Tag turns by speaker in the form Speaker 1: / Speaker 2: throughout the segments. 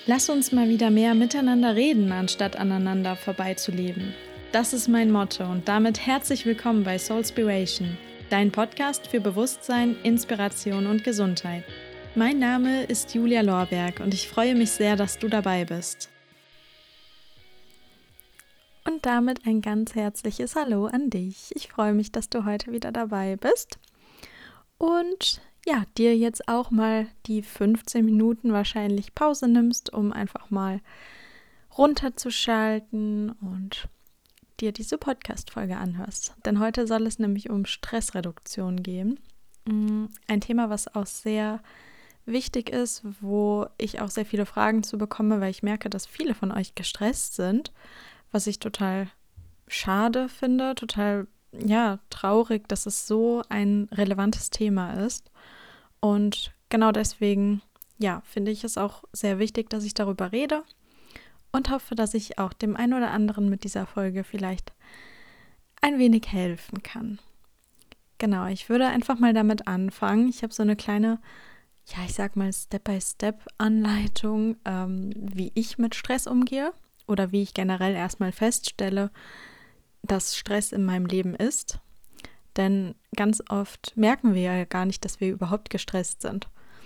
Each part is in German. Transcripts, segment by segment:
Speaker 1: Lass uns mal wieder mehr miteinander reden, anstatt aneinander vorbeizuleben. Das ist mein Motto und damit herzlich willkommen bei Soulspiration, dein Podcast für Bewusstsein, Inspiration und Gesundheit. Mein Name ist Julia Lorberg und ich freue mich sehr, dass du dabei bist. Und damit ein ganz herzliches Hallo an dich. Ich freue mich, dass du heute wieder dabei bist und ja, dir jetzt auch mal die 15 Minuten wahrscheinlich Pause nimmst, um einfach mal runterzuschalten und dir diese Podcast-Folge anhörst. Denn heute soll es nämlich um Stressreduktion gehen. Ein Thema, was auch sehr wichtig ist, wo ich auch sehr viele Fragen zu bekomme, weil ich merke, dass viele von euch gestresst sind, was ich total schade finde, total traurig, dass es so ein relevantes Thema ist. Und genau deswegen, finde ich es auch sehr wichtig, dass ich darüber rede und hoffe, dass ich auch dem einen oder anderen mit dieser Folge vielleicht ein wenig helfen kann. Genau, ich würde einfach mal damit anfangen. Ich habe so eine kleine, ich sag mal Step-by-Step-Anleitung, wie ich mit Stress umgehe oder wie ich generell erstmal feststelle, dass Stress in meinem Leben ist. Denn ganz oft merken wir ja gar nicht, dass wir überhaupt gestresst sind.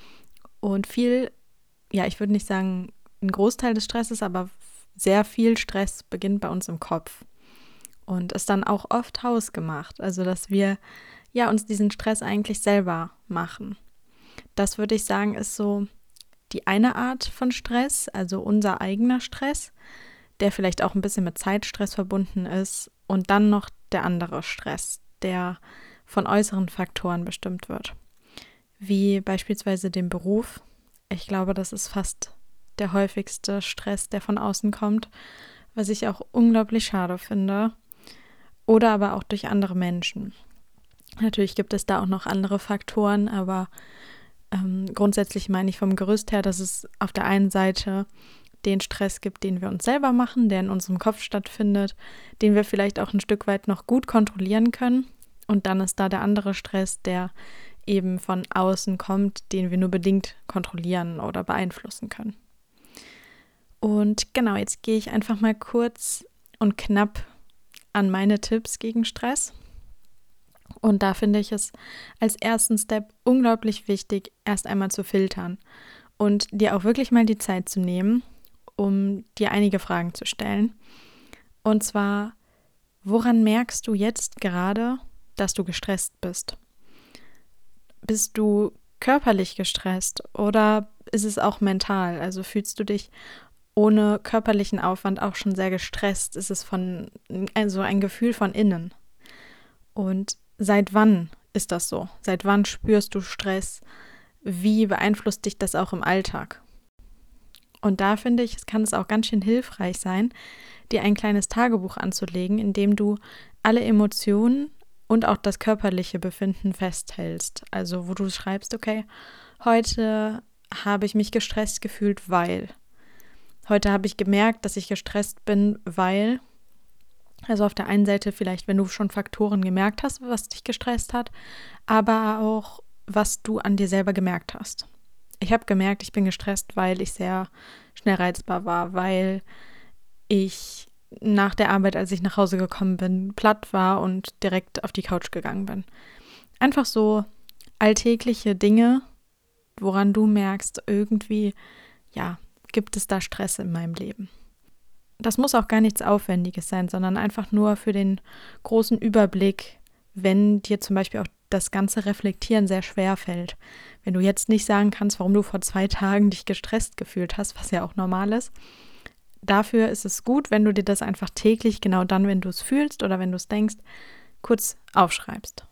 Speaker 1: Und viel, ich würde nicht sagen, ein Großteil des Stresses, aber sehr viel Stress beginnt bei uns im Kopf. Und ist dann auch oft hausgemacht. Also, dass wir uns diesen Stress eigentlich selber machen. Das würde ich sagen, ist so die eine Art von Stress, also unser eigener Stress, der vielleicht auch ein bisschen mit Zeitstress verbunden ist. Und dann noch der andere Stress, der von äußeren Faktoren bestimmt wird, wie beispielsweise dem Beruf. Ich glaube, das ist fast der häufigste Stress, der von außen kommt, was ich auch unglaublich schade finde. Oder aber auch durch andere Menschen. Natürlich gibt es da auch noch andere Faktoren, aber grundsätzlich meine ich vom Gerüst her, dass es auf der einen Seite den Stress gibt, den wir uns selber machen, der in unserem Kopf stattfindet, den wir vielleicht auch ein Stück weit noch gut kontrollieren können. Und dann ist da der andere Stress, der eben von außen kommt, den wir nur bedingt kontrollieren oder beeinflussen können. Und genau, jetzt gehe ich einfach mal kurz und knapp an meine Tipps gegen Stress. Und da finde ich es als ersten Step unglaublich wichtig, erst einmal zu filtern und dir auch wirklich mal die Zeit zu nehmen, um dir einige Fragen zu stellen. Und zwar, woran merkst du jetzt gerade, dass du gestresst bist? Bist du körperlich gestresst oder ist es auch mental? Also fühlst du dich ohne körperlichen Aufwand auch schon sehr gestresst? Ist es ein Gefühl von innen? Und seit wann ist das so? Seit wann spürst du Stress? Wie beeinflusst dich das auch im Alltag? Und da finde ich, kann es auch ganz schön hilfreich sein, dir ein kleines Tagebuch anzulegen, in dem du alle Emotionen und auch das körperliche Befinden festhältst. Also wo du schreibst, okay, heute habe ich mich gestresst gefühlt, weil. Heute habe ich gemerkt, dass ich gestresst bin, weil. Also auf der einen Seite vielleicht, wenn du schon Faktoren gemerkt hast, was dich gestresst hat, aber auch, was du an dir selber gemerkt hast. Ich habe gemerkt, ich bin gestresst, weil ich sehr schnell reizbar war, weil ich nach der Arbeit, als ich nach Hause gekommen bin, platt war und direkt auf die Couch gegangen bin. Einfach so alltägliche Dinge, woran du merkst, irgendwie, gibt es da Stress in meinem Leben. Das muss auch gar nichts Aufwendiges sein, sondern einfach nur für den großen Überblick, wenn dir zum Beispiel auch das ganze Reflektieren sehr schwer fällt. Wenn du jetzt nicht sagen kannst, warum du vor 2 Tagen dich gestresst gefühlt hast, was ja auch normal ist, dafür ist es gut, wenn du dir das einfach täglich, genau dann, wenn du es fühlst oder wenn du es denkst, kurz aufschreibst.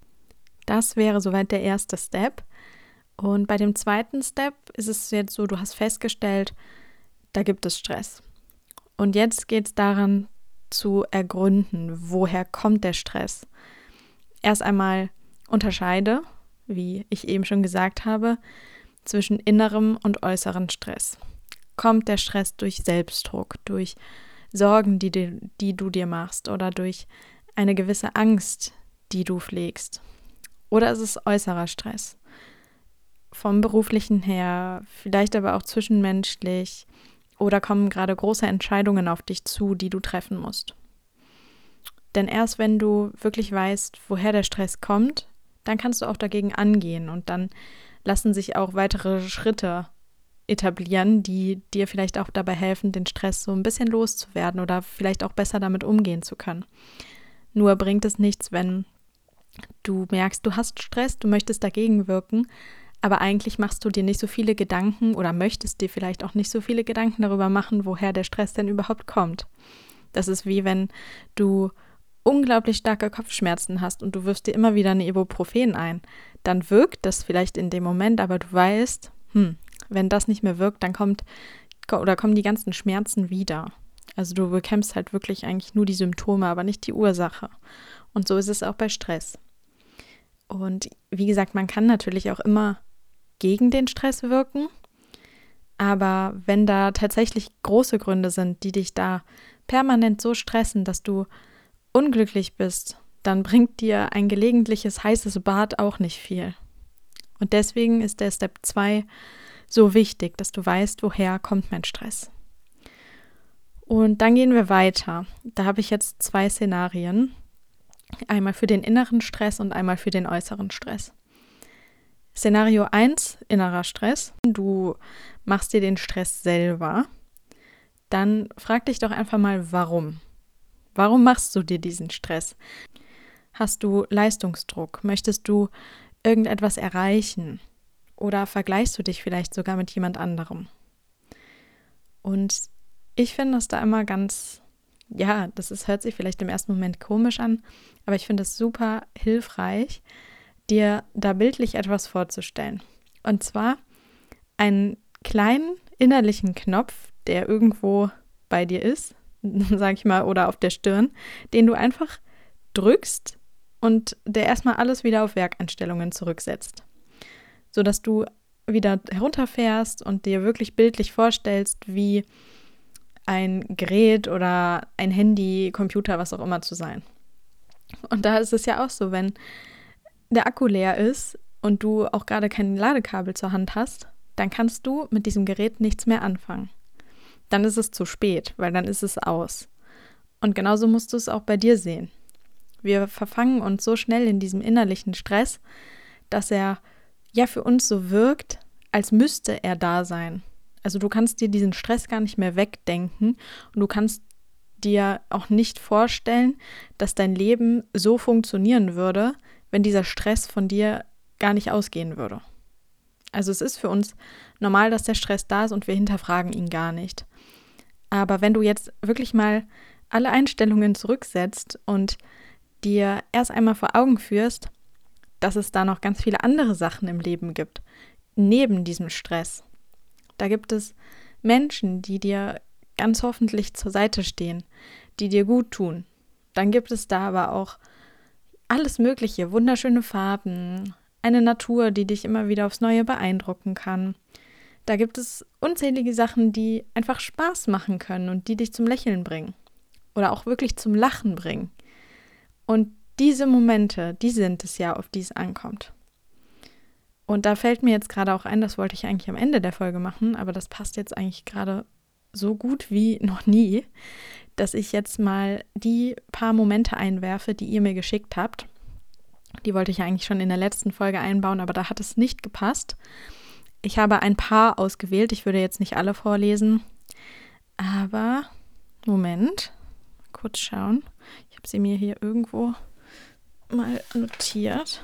Speaker 1: Das wäre soweit der erste Step. Und bei dem zweiten Step ist es jetzt so, du hast festgestellt, da gibt es Stress. Und jetzt geht es daran zu ergründen, woher kommt der Stress. Erst einmal unterscheide, wie ich eben schon gesagt habe, zwischen innerem und äußerem Stress. Kommt der Stress durch Selbstdruck, durch Sorgen, die du dir machst oder durch eine gewisse Angst, die du pflegst? Oder ist es äußerer Stress? vom Beruflichen her, vielleicht aber auch zwischenmenschlich, oder kommen gerade große Entscheidungen auf dich zu, die du treffen musst. Denn erst wenn du wirklich weißt, woher der Stress kommt, dann kannst du auch dagegen angehen und dann lassen sich auch weitere Schritte etablieren, die dir vielleicht auch dabei helfen, den Stress so ein bisschen loszuwerden oder vielleicht auch besser damit umgehen zu können. Nur bringt es nichts, wenn du merkst, du hast Stress, du möchtest dagegen wirken, aber eigentlich machst du dir nicht so viele Gedanken oder möchtest dir vielleicht auch nicht so viele Gedanken darüber machen, woher der Stress denn überhaupt kommt. Das ist wie wenn du unglaublich starke Kopfschmerzen hast und du wirfst dir immer wieder eine Ibuprofen ein. Dann wirkt das vielleicht in dem Moment, aber du weißt, wenn das nicht mehr wirkt, dann kommen die ganzen Schmerzen wieder. Also du bekämpfst halt wirklich eigentlich nur die Symptome, aber nicht die Ursache. Und so ist es auch bei Stress. Und wie gesagt, man kann natürlich auch immer gegen den Stress wirken, aber wenn da tatsächlich große Gründe sind, die dich da permanent so stressen, dass du unglücklich bist, dann bringt dir ein gelegentliches heißes Bad auch nicht viel. Und deswegen ist der Step 2 so wichtig, dass du weißt, woher kommt mein Stress. Und dann gehen wir weiter. Da habe ich jetzt 2 Szenarien. Einmal für den inneren Stress und einmal für den äußeren Stress. Szenario 1, innerer Stress. Du machst dir den Stress selber. Dann frag dich doch einfach mal, warum. Warum machst du dir diesen Stress? Hast du Leistungsdruck? Möchtest du irgendetwas erreichen? Oder vergleichst du dich vielleicht sogar mit jemand anderem? Und ich finde das da immer ganz, hört sich vielleicht im ersten Moment komisch an, aber ich finde es super hilfreich, dir da bildlich etwas vorzustellen. Und zwar einen kleinen innerlichen Knopf, der irgendwo bei dir ist, sag ich mal, oder auf der Stirn, den du einfach drückst und der erstmal alles wieder auf Werkeinstellungen zurücksetzt, sodass du wieder herunterfährst und dir wirklich bildlich vorstellst, wie ein Gerät oder ein Handy, Computer, was auch immer zu sein. Und da ist es ja auch so, wenn der Akku leer ist und du auch gerade kein Ladekabel zur Hand hast, dann kannst du mit diesem Gerät nichts mehr anfangen. Dann ist es zu spät, weil dann ist es aus. Und genauso musst du es auch bei dir sehen. Wir verfangen uns so schnell in diesem innerlichen Stress, dass er ja für uns so wirkt, als müsste er da sein. Also du kannst dir diesen Stress gar nicht mehr wegdenken und du kannst dir auch nicht vorstellen, dass dein Leben so funktionieren würde, wenn dieser Stress von dir gar nicht ausgehen würde. Also es ist für uns normal, dass der Stress da ist und wir hinterfragen ihn gar nicht. Aber wenn du jetzt wirklich mal alle Einstellungen zurücksetzt und dir erst einmal vor Augen führst, dass es da noch ganz viele andere Sachen im Leben gibt, neben diesem Stress. Da gibt es Menschen, die dir ganz hoffentlich zur Seite stehen, die dir gut tun. Dann gibt es da aber auch alles Mögliche, wunderschöne Farben, eine Natur, die dich immer wieder aufs Neue beeindrucken kann. Da gibt es unzählige Sachen, die einfach Spaß machen können und die dich zum Lächeln bringen oder auch wirklich zum Lachen bringen. Und diese Momente, die sind es ja, auf die es ankommt. Und da fällt mir jetzt gerade auch ein, das wollte ich eigentlich am Ende der Folge machen, aber das passt jetzt eigentlich gerade so gut wie noch nie, dass ich jetzt mal die paar Momente einwerfe, die ihr mir geschickt habt. Die wollte ich ja eigentlich schon in der letzten Folge einbauen, aber da hat es nicht gepasst. Ich habe ein paar ausgewählt, ich würde jetzt nicht alle vorlesen, aber Moment, kurz schauen. Ich habe sie mir hier irgendwo mal notiert.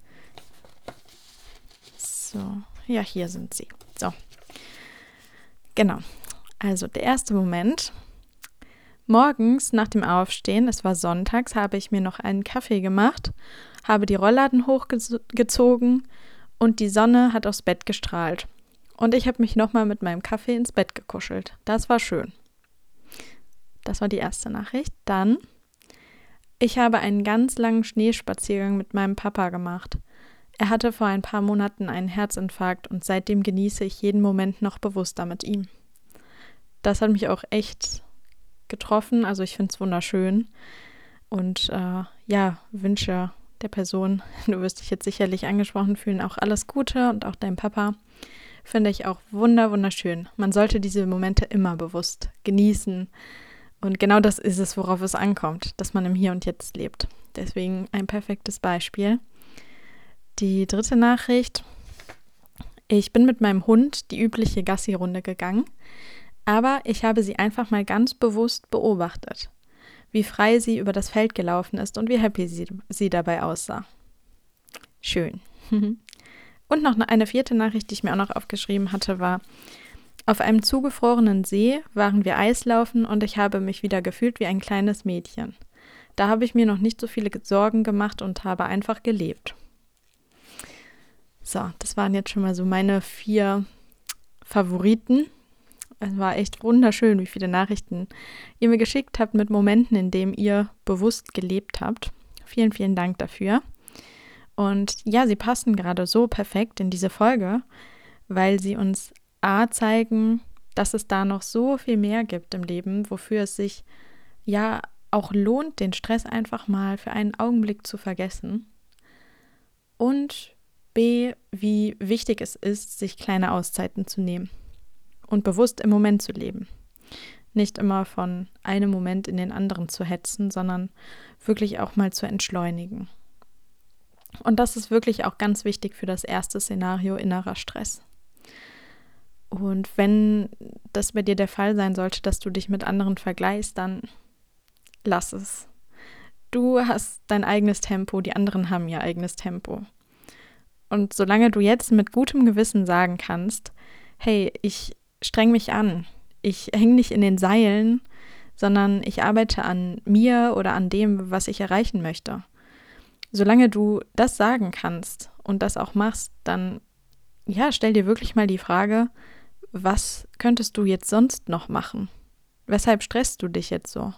Speaker 1: So, ja, hier sind sie. So, genau. Also der erste Moment. Morgens nach dem Aufstehen, es war sonntags, habe ich mir noch einen Kaffee gemacht, habe die Rollladen hochgezogen und die Sonne hat aufs Bett gestrahlt. Und ich habe mich nochmal mit meinem Kaffee ins Bett gekuschelt. Das war schön. Das war die erste Nachricht. Dann, ich habe einen ganz langen Schneespaziergang mit meinem Papa gemacht. Er hatte vor ein paar Monaten einen Herzinfarkt und seitdem genieße ich jeden Moment noch bewusster mit ihm. Das hat mich auch echt getroffen, also ich finde es wunderschön und wünsche der Person, du wirst dich jetzt sicherlich angesprochen fühlen, auch alles Gute und auch dein Papa. Finde ich auch wunderschön. Man sollte diese Momente immer bewusst genießen. Und genau das ist es, worauf es ankommt, dass man im Hier und Jetzt lebt. Deswegen ein perfektes Beispiel. Die dritte Nachricht. Ich bin mit meinem Hund die übliche Gassi-Runde gegangen, aber ich habe sie einfach mal ganz bewusst beobachtet, wie frei sie über das Feld gelaufen ist und wie happy sie dabei aussah. Schön. Und noch eine vierte Nachricht, die ich mir auch noch aufgeschrieben hatte, war: Auf einem zugefrorenen See waren wir Eislaufen und ich habe mich wieder gefühlt wie ein kleines Mädchen. Da habe ich mir noch nicht so viele Sorgen gemacht und habe einfach gelebt. So, das waren jetzt schon mal so meine 4 Favoriten. Es war echt wunderschön, wie viele Nachrichten ihr mir geschickt habt mit Momenten, in denen ihr bewusst gelebt habt. Vielen, vielen Dank dafür. Und ja, sie passen gerade so perfekt in diese Folge, weil sie uns zeigen, dass es da noch so viel mehr gibt im Leben, wofür es sich ja auch lohnt, den Stress einfach mal für einen Augenblick zu vergessen. Und B, wie wichtig es ist, sich kleine Auszeiten zu nehmen und bewusst im Moment zu leben. Nicht immer von einem Moment in den anderen zu hetzen, sondern wirklich auch mal zu entschleunigen. Und das ist wirklich auch ganz wichtig für das erste Szenario, innerer Stress. Und wenn das bei dir der Fall sein sollte, dass du dich mit anderen vergleichst, dann lass es. Du hast dein eigenes Tempo, die anderen haben ihr eigenes Tempo. Und solange du jetzt mit gutem Gewissen sagen kannst, hey, ich streng mich an, ich hänge nicht in den Seilen, sondern ich arbeite an mir oder an dem, was ich erreichen möchte. Solange du das sagen kannst und das auch machst, dann ja, stell dir wirklich mal die Frage, was könntest du jetzt sonst noch machen? Weshalb stresst du dich jetzt so?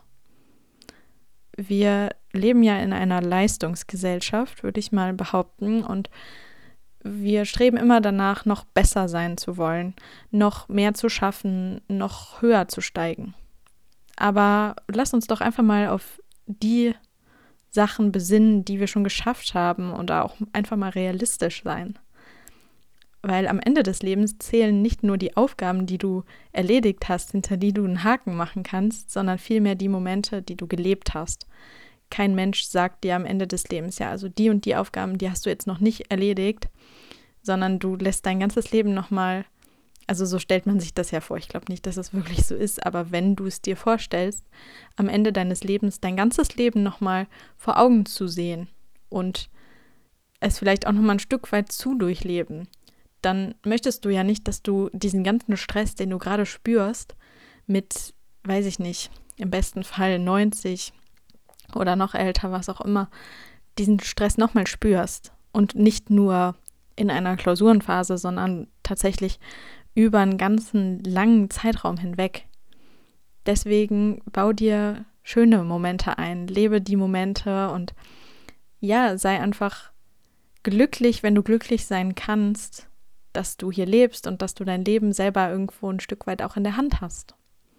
Speaker 1: Wir leben ja in einer Leistungsgesellschaft, würde ich mal behaupten, und wir streben immer danach, noch besser sein zu wollen, noch mehr zu schaffen, noch höher zu steigen. Aber lass uns doch einfach mal auf die Sachen besinnen, die wir schon geschafft haben und auch einfach mal realistisch sein. Weil am Ende des Lebens zählen nicht nur die Aufgaben, die du erledigt hast, hinter die du einen Haken machen kannst, sondern vielmehr die Momente, die du gelebt hast. Kein Mensch sagt dir am Ende des Lebens, ja, also die und die Aufgaben, die hast du jetzt noch nicht erledigt, sondern du lässt dein ganzes Leben nochmal, also so stellt man sich das ja vor, ich glaube nicht, dass es wirklich so ist, aber wenn du es dir vorstellst, am Ende deines Lebens dein ganzes Leben nochmal vor Augen zu sehen und es vielleicht auch nochmal ein Stück weit zu durchleben, dann möchtest du ja nicht, dass du diesen ganzen Stress, den du gerade spürst, mit, weiß ich nicht, im besten Fall 90 oder noch älter, was auch immer, diesen Stress nochmal spürst und nicht nur in einer Klausurenphase, sondern tatsächlich über einen ganzen langen Zeitraum hinweg. Deswegen bau dir schöne Momente ein, lebe die Momente und ja, sei einfach glücklich, wenn du glücklich sein kannst, dass du hier lebst und dass du dein Leben selber irgendwo ein Stück weit auch in der Hand hast.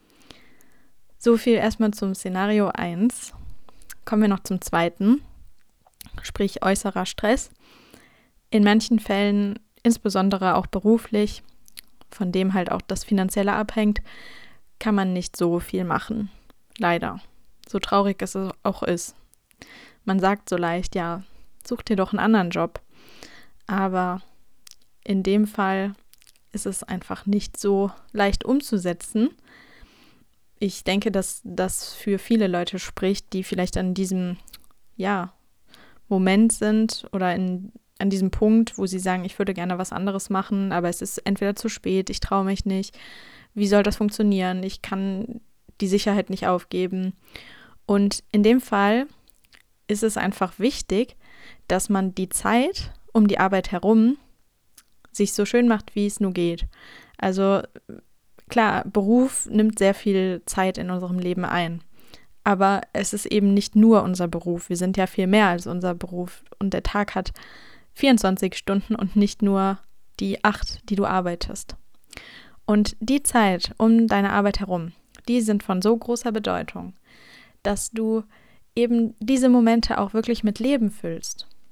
Speaker 1: So viel erstmal zum Szenario 1. Kommen wir noch zum zweiten, sprich äußerer Stress. In manchen Fällen, insbesondere auch beruflich, von dem halt auch das Finanzielle abhängt, kann man nicht so viel machen. Leider. So traurig es auch ist. Man sagt so leicht, ja, such dir doch einen anderen Job. Aber in dem Fall ist es einfach nicht so leicht umzusetzen. Ich denke, dass das für viele Leute spricht, die vielleicht an diesem Moment sind oder an diesem Punkt, wo sie sagen, ich würde gerne was anderes machen, aber es ist entweder zu spät, ich traue mich nicht. Wie soll das funktionieren? Ich kann die Sicherheit nicht aufgeben. Und in dem Fall ist es einfach wichtig, dass man die Zeit um die Arbeit herum sich so schön macht, wie es nur geht. Also klar, Beruf nimmt sehr viel Zeit in unserem Leben ein. Aber es ist eben nicht nur unser Beruf. Wir sind ja viel mehr als unser Beruf. Und der Tag hat 24 Stunden und nicht nur die 8, die du arbeitest. Und die Zeit um deine Arbeit herum, die sind von so großer Bedeutung, dass du eben diese Momente auch wirklich mit Leben füllst.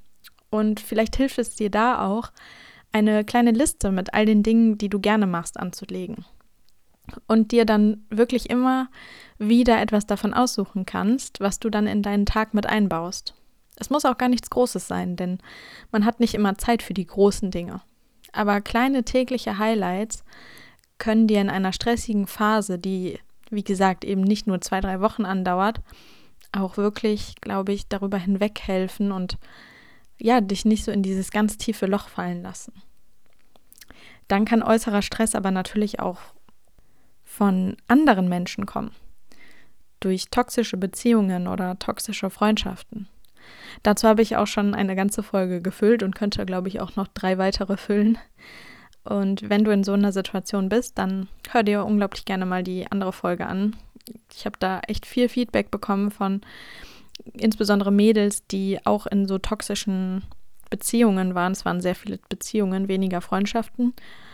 Speaker 1: Und vielleicht hilft es dir da auch, eine kleine Liste mit all den Dingen, die du gerne machst, anzulegen. Und dir dann wirklich immer wieder etwas davon aussuchen kannst, was du dann in deinen Tag mit einbaust. Es muss auch gar nichts Großes sein, denn man hat nicht immer Zeit für die großen Dinge. Aber kleine tägliche Highlights können dir in einer stressigen Phase, die, wie gesagt, eben nicht nur 2-3 Wochen andauert, auch wirklich, glaube ich, darüber hinweg helfen und ja, dich nicht so in dieses ganz tiefe Loch fallen lassen. Dann kann äußerer Stress aber natürlich auch von anderen Menschen kommen. Durch toxische Beziehungen oder toxische Freundschaften. Dazu habe ich auch schon eine ganze Folge gefüllt und könnte, glaube ich, auch noch 3 weitere füllen. Und wenn du in so einer Situation bist, dann hör dir unglaublich gerne mal die andere Folge an. Ich habe da echt viel Feedback bekommen von insbesondere Mädels, die auch in so toxischen Beziehungen waren. Es waren sehr viele Beziehungen, weniger Freundschaften.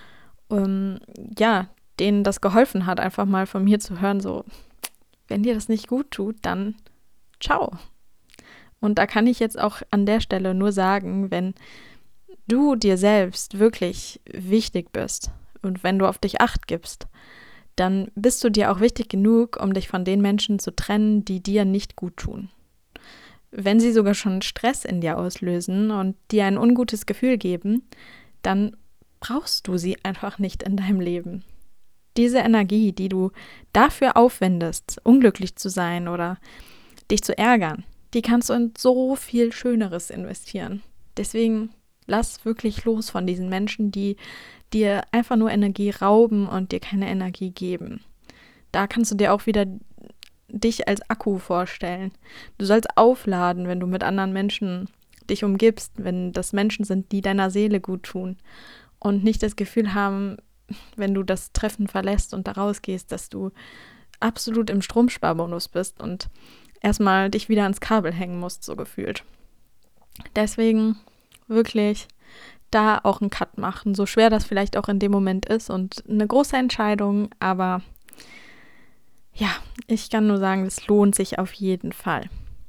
Speaker 1: Denen das geholfen hat, einfach mal von mir zu hören, so, wenn dir das nicht gut tut, dann ciao. Und da kann ich jetzt auch an der Stelle nur sagen, wenn du dir selbst wirklich wichtig bist und wenn du auf dich Acht gibst, dann bist du dir auch wichtig genug, um dich von den Menschen zu trennen, die dir nicht gut tun. Wenn sie sogar schon Stress in dir auslösen und dir ein ungutes Gefühl geben, dann brauchst du sie einfach nicht in deinem Leben. Diese Energie, die du dafür aufwendest, unglücklich zu sein oder dich zu ärgern, die kannst du in so viel Schöneres investieren. Deswegen lass wirklich los von diesen Menschen, die dir einfach nur Energie rauben und dir keine Energie geben. Da kannst du dir auch wieder dich als Akku vorstellen. Du sollst aufladen, wenn du mit anderen Menschen dich umgibst, wenn das Menschen sind, die deiner Seele gut tun und nicht das Gefühl haben, wenn du das Treffen verlässt und da rausgehst, dass du absolut im Stromsparmodus bist und erstmal dich wieder ans Kabel hängen musst, so gefühlt. Deswegen wirklich da auch einen Cut machen, so schwer das vielleicht auch in dem Moment ist und eine große Entscheidung, aber ja, ich kann nur sagen, es lohnt sich auf jeden Fall.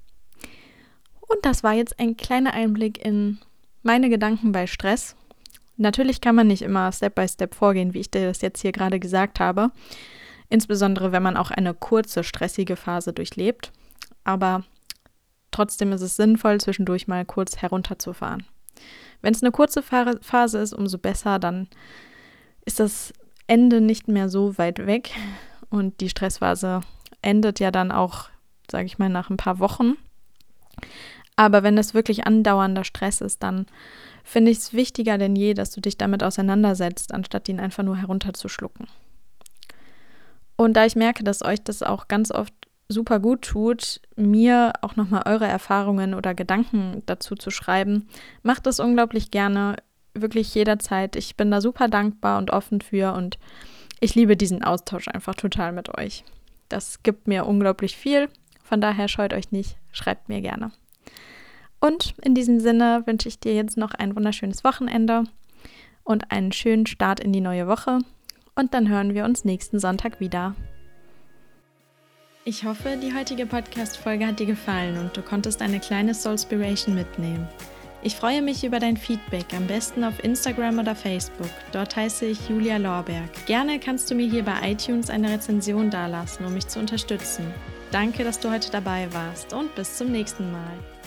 Speaker 1: Und das war jetzt ein kleiner Einblick in meine Gedanken bei Stress. Natürlich kann man nicht immer Step by Step vorgehen, wie ich dir das jetzt hier gerade gesagt habe. Insbesondere, wenn man auch eine kurze, stressige Phase durchlebt. Aber trotzdem ist es sinnvoll, zwischendurch mal kurz herunterzufahren. Wenn es eine kurze Phase ist, umso besser, dann ist das Ende nicht mehr so weit weg. Und die Stressphase endet ja dann auch, sage ich mal, nach ein paar Wochen. Aber wenn es wirklich andauernder Stress ist, dann finde ich es wichtiger denn je, dass du dich damit auseinandersetzt, anstatt ihn einfach nur herunterzuschlucken. Und da ich merke, dass euch das auch ganz oft super gut tut, mir auch nochmal eure Erfahrungen oder Gedanken dazu zu schreiben, macht das unglaublich gerne, wirklich jederzeit. Ich bin da super dankbar und offen für und ich liebe diesen Austausch einfach total mit euch. Das gibt mir unglaublich viel, von daher scheut euch nicht, schreibt mir gerne. Und in diesem Sinne wünsche ich dir jetzt noch ein wunderschönes Wochenende und einen schönen Start in die neue Woche. Und dann hören wir uns nächsten Sonntag wieder. Ich hoffe, die heutige Podcast-Folge hat dir gefallen und du konntest eine kleine Soulspiration mitnehmen. Ich freue mich über dein Feedback, am besten auf Instagram oder Facebook. Dort heiße ich Julia Lorberg. Gerne kannst du mir hier bei iTunes eine Rezension dalassen, um mich zu unterstützen. Danke, dass du heute dabei warst und bis zum nächsten Mal.